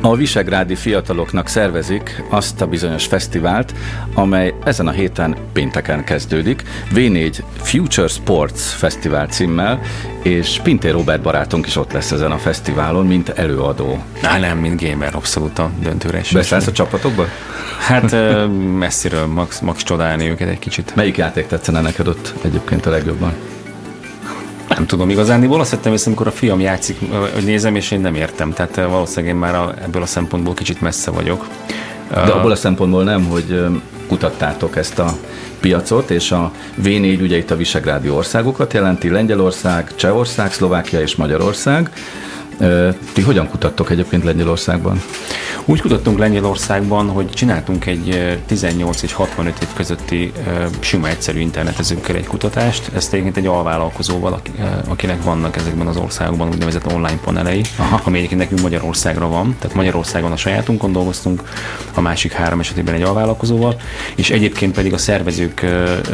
A visegrádi fiataloknak szervezik azt a bizonyos fesztivált, amely ezen a héten pénteken kezdődik. V4 Future Sports Fesztivál címmel, és Pintér Róbert barátunk is ott lesz ezen a fesztiválon, mint előadó. Nem, mint gamer, abszolút a döntőre is. Beszállsz a csapatokba? Hát messziről max csodálni őket egy kicsit. Melyik játék tetszene neked ott egyébként a legjobban? Nem tudom igazándiból, azt vettem észre, amikor a fiam játszik, hogy nézem, és én nem értem. Tehát valószínűleg én már ebből a szempontból kicsit messze vagyok. De abból a szempontból nem, hogy kutattátok ezt a piacot, és a V4 ugye itt a visegrádi országokat jelenti, Lengyelország, Csehország, Szlovákia és Magyarország. Ti hogyan kutattok egyébként Lengyelországban? Úgy kutattunk Lengyelországban, hogy csináltunk egy 18 és 65 év közötti sima egyszerű internetezőkkel egy kutatást. Ezt egyébként egy alvállalkozóval, akinek vannak ezekben az országokban úgynevezett online panelei, ami egyébként nekünk Magyarországra van. Tehát Magyarországon a sajátunkon dolgoztunk, a másik 3 esetében egy alvállalkozóval, és egyébként pedig a szervezők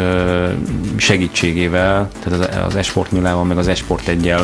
segítségével, tehát az Esport Milával meg az Esport 1-jel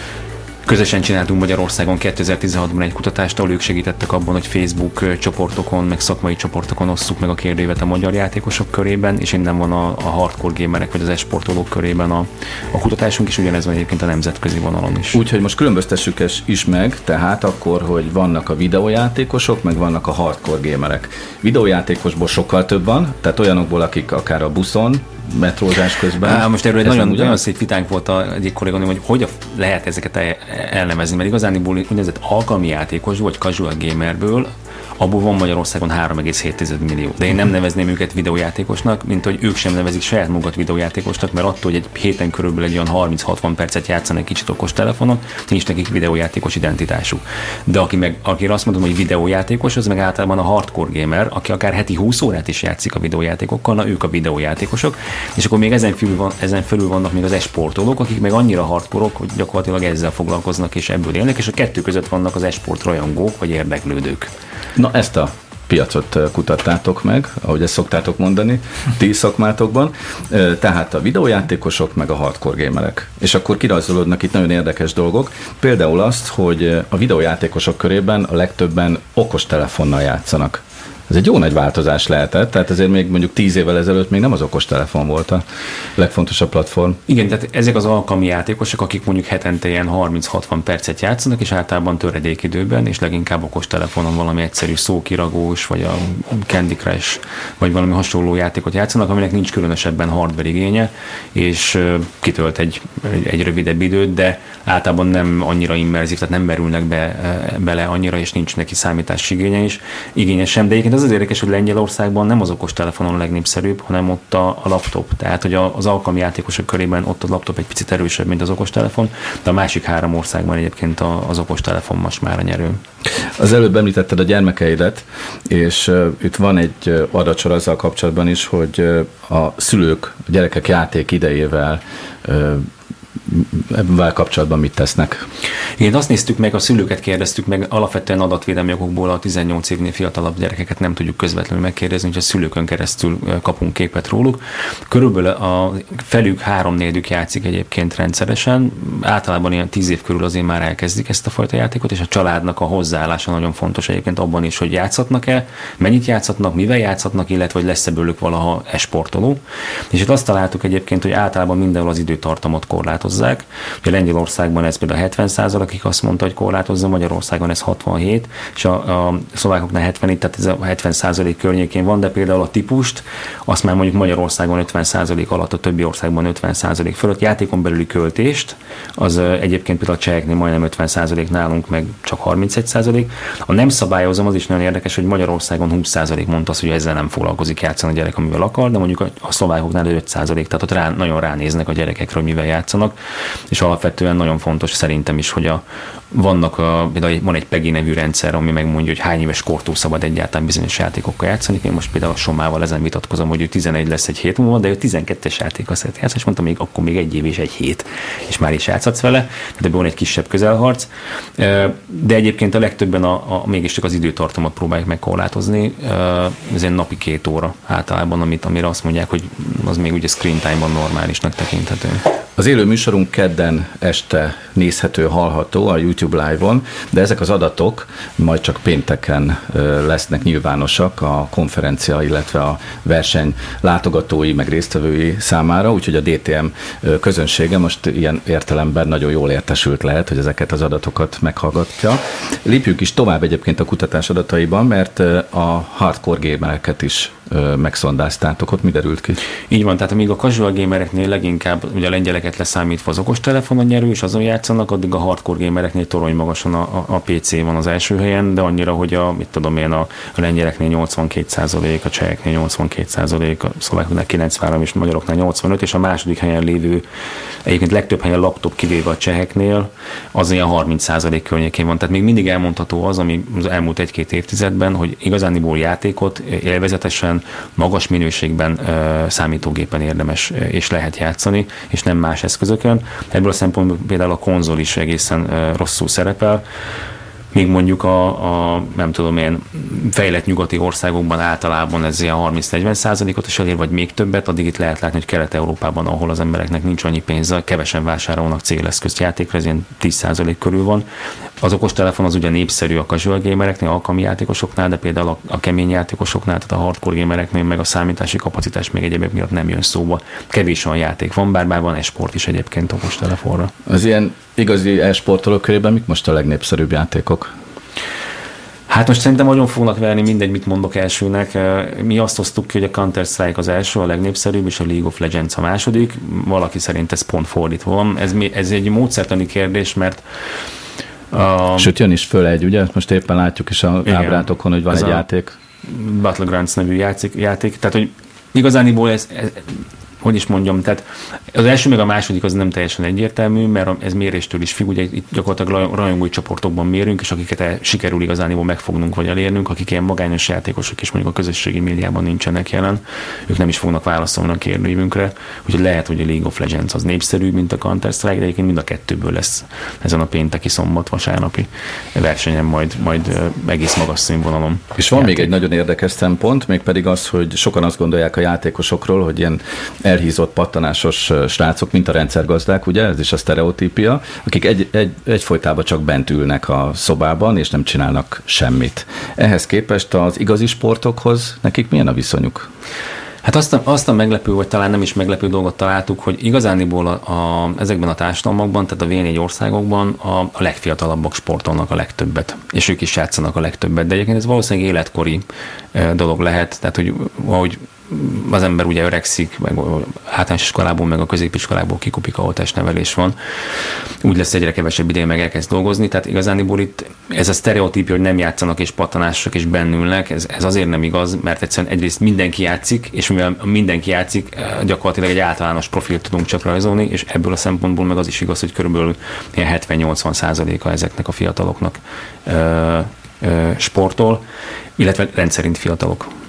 közösen csináltunk Magyarországon 2016-ban egy kutatást, ahol ők segítettek abban, hogy Facebook csoportokon, meg szakmai csoportokon osszuk meg a kérdőívet a magyar játékosok körében, és innen van a hardcore gamerek vagy az esportolók körében a kutatásunk, és ugyanez van egyébként a nemzetközi vonalon is. Úgyhogy most különböztessük is meg, tehát akkor, hogy vannak a videójátékosok, meg vannak a hardcore gamerek. Videójátékosból sokkal több van, tehát olyanokból, akik akár a buszon, metrózás közben. Most erről egy nagyon szép vitánk volt egyik kolléganőm, hogy lehet ezeket elnevezni, mert igazán úgynevezett alkalmi játékos vagy casual gamerből abból van Magyarországon 3,7 millió. De én nem nevezném őket videójátékosnak, mint hogy ők sem nevezik saját magukat videójátékosnak, mert attól, hogy egy héten körülbelül egy olyan 30-60 percet játszanak egy kicsit okos telefonon, nincs nekik videójátékos identitásuk. De akire azt mondom, hogy videójátékos, az meg általában a hardcore gamer, aki akár heti 20 órát is játszik a videójátékokkal, na ők a videójátékosok, és akkor még ezen felül vannak még az esportolók, akik meg annyira hardcore-ok, hogy gyakorlatilag ezzel foglalkoznak és ebből élnek, és a kettő között vannak az esport rajongók vagy érdeklődők. Na, ezt a piacot kutattátok meg, ahogy ezt szoktátok mondani, ti szakmátokban, tehát a videójátékosok meg a hardcore gamerek. És akkor kirajzolódnak itt nagyon érdekes dolgok, például azt, hogy a videójátékosok körében a legtöbben okostelefonnal játszanak. Ez egy jó nagy változás lehetett, tehát ezért még mondjuk 10 évvel ezelőtt még nem az okostelefon volt a legfontosabb platform. Igen, tehát ezek az alkalmi játékosok, akik mondjuk hetente ilyen 30-60 percet játszanak, és általában töredékidőben, és leginkább okostelefonon valami egyszerű szókiragós, vagy a Candy Crush, vagy valami hasonló játékot játszanak, aminek nincs különösebben hardware igénye, és kitölt egy rövidebb időt, de általában nem annyira immerzív, tehát nem merülnek bele annyira, és nincs neki számítási igénye sem, de egyébként az érdekes, hogy Lengyelországban nem az okostelefonon a legnépszerűbb, hanem ott a laptop. Tehát, hogy az alkalmi játékosok körében ott a laptop egy picit erősebb, mint az okostelefon, de a másik 3 országban egyébként az okostelefon most már a nyerő. Az előbb említetted a gyermekeidet, és itt van egy adatsor azzal kapcsolatban is, hogy a szülők, a gyerekek játék idejével ebben kapcsolatban mit tesznek? Igen, azt néztük meg, a szülőket kérdeztük meg, alapvetően adatvédelmi okokból a 18 évnél fiatalabb gyerekeket nem tudjuk közvetlenül megkérdezni, hogy a szülőkön keresztül kapunk képet róluk. Körülbelül a felük 3/4 játszik egyébként rendszeresen, általában ilyen 10 év körül azért már elkezdik ezt a fajta játékot, és a családnak a hozzáállása nagyon fontos egyébként abban is, hogy játszhatnak-e, mennyit játszhatnak, mivel játszhatnak, illetve hogy lesz-e belőlük valaha esportoló. És itt azt találtuk egyébként, hogy általában mindenhol az időtartamot korlátozzák. Ugye Lengyelországban ez például 70%, akik azt mondta, hogy korlátozza, Magyarországon ez 67, és a szlovákoknál 70, tehát ez a 70% környékén van, de például a típust, azt már mondjuk Magyarországon 50% alatt, a többi országban 50% fölött. Játékon belüli költést, az egyébként például a cseheknél majdnem 50%, nálunk meg csak 31%. A nem szabályozom, az is nagyon érdekes, hogy Magyarországon 20% mondta azt, hogy ezzel nem foglalkozik, játszani a gyerek, amivel akar, de mondjuk a szlovákoknál 5%, tehát ott nagyon ránéznek a gyerekekre, hogy mivel játszanak, és alapvetően nagyon fontos szerintem is, hogy például van egy PEGI nevű rendszer, ami megmondja, hogy hány éves kortól szabad egyáltalán bizonyos játékokkal játszani. Én most például a Somával ezen vitatkozom, hogy ő 11 lesz egy hét múlva, de ő 12-es játékkal szeret játszani, és mondtam, akkor még 1 év és 1 hét, és már is játszhatsz vele, tehát ebben van egy kisebb közelharc. De egyébként a legtöbben mégiscsak az időtartamot próbálják megkorlátozni. Ez egy napi 2 óra általában, amire azt mondják, hogy az még ugye screen time-ban normálisnak tekinthető. Az élő műsorunk kedden este nézhető, hallható a YouTube Live-on, de ezek az adatok majd csak pénteken lesznek nyilvánosak a konferencia, illetve a verseny látogatói, meg résztvevői számára, úgyhogy a DTM közönsége most ilyen értelemben nagyon jól értesült lehet, hogy ezeket az adatokat meghallgatja. Lépjünk is tovább egyébként a kutatás adataiban, mert a hardcore gamereket is megszondáztátok, ott mi derült ki? Így van, tehát amíg a casual gamereknél leginkább ugye a lengyeleket leszámítva az okostelefon a nyerő, és azon játszanak, addig a hardcore gamereknél torony magasan a PC van az első helyen, de annyira, hogy a lengyeleknél 82%, a cseheknél 82%, a szlovákoknál 93% és a magyaroknál 85%, és a második helyen lévő, egyébként legtöbb helyen laptop kivéve a cseheknél, az ilyen 30% környékén van. Tehát még mindig elmondható az, ami az elmúlt egy-két évtizedben, hogy igazániból játékot élvezetesen, magas minőségben számítógépen érdemes és lehet játszani, és nem más eszközökön. Ebből a szempontból például a konzol is egészen rosszul szerepel. Még mondjuk nem tudom én, fejlett nyugati országokban általában ez ilyen 30-40%-ot is elér, vagy még többet, addig itt lehet látni, hogy Kelet-Európában, ahol az embereknek nincs annyi pénze, kevesen vásárolnak céleszközt játékra, ez ilyen 10% körül van. Az okostelefon az ugye népszerű a casual gamereknél, alkalmi játékosoknál, de például a kemény játékosoknál, tehát a hardcore gamereknél meg a számítási kapacitás még egyébként miatt nem jön szóba. Kevés olyan játék van, bár van e-sport is egyébként okostelefonra. Az ilyen igazi e-sportolók körében mik most a legnépszerűbb játékok? Hát most szerintem nagyon fognak verni, mindegy, mit mondok elsőnek. Mi azt hoztuk ki, hogy a Counter-Strike az első, a legnépszerűbb, és a League of Legends a második. Valaki szerint ez pont fordítva van. Ez egy módszertani kérdés, mert sőt, jön is föl egy, ugye? Most éppen látjuk is a ábrátokon, hogy van egy játék. Battlegrounds nevű játék. Tehát, hogy igazániból ez hogy is mondjam, tehát az első meg a második az nem teljesen egyértelmű, mert ez méréstől is függ, ugye itt gyakorlatilag rajongói csoportokban mérünk, és akiket sikerül igazániból megfognunk vagy elérnünk, akik ilyen magányos játékosok és mondjuk a közösségi médiában nincsenek jelen, ők nem is fognak válaszolni a kérdőívünkre, úgyhogy lehet, hogy a League of Legends az népszerűbb, mint a Counter-Strike, de egyébként mind a kettőből lesz ezen a pénteki, szombat, vasárnapi versenyen majd egész magas színvonalon. És van még egy nagyon érdekes szempont, mégpedig az, hogy sokan azt gondolják a játékosokról, hogy ilyen elhízott pattanásos srácok, mint a rendszergazdák, ugye, ez is a sztereotípia, akik egyfolytában csak bent ülnek a szobában, és nem csinálnak semmit. Ehhez képest az igazi sportokhoz nekik milyen a viszonyuk? Hát azt a meglepő, vagy talán nem is meglepő dolgot találtuk, hogy igazániból ezekben a társadalmakban, tehát a V4 országokban a legfiatalabbak sportolnak a legtöbbet, és ők is játszanak a legtöbbet, de egyébként ez valószínűleg életkori dolog lehet, tehát hogy ahogy az ember ugye öregszik, meg általános iskolából, meg a középiskolából kikopik, ahol testnevelés van. Úgy lesz egyre kevesebb ideje, meg elkezd dolgozni, tehát igazániból itt ez a sztereotípia, hogy nem játszanak és pattanásak és bennülnek, ez azért nem igaz, mert egyszerűen egyrészt mindenki játszik, és mivel mindenki játszik, gyakorlatilag egy általános profilt tudunk csak rajzolni, és ebből a szempontból meg az is igaz, hogy körülbelül 70-80%-a ezeknek a fiataloknak sportol, illetve rendszerint fiatalok.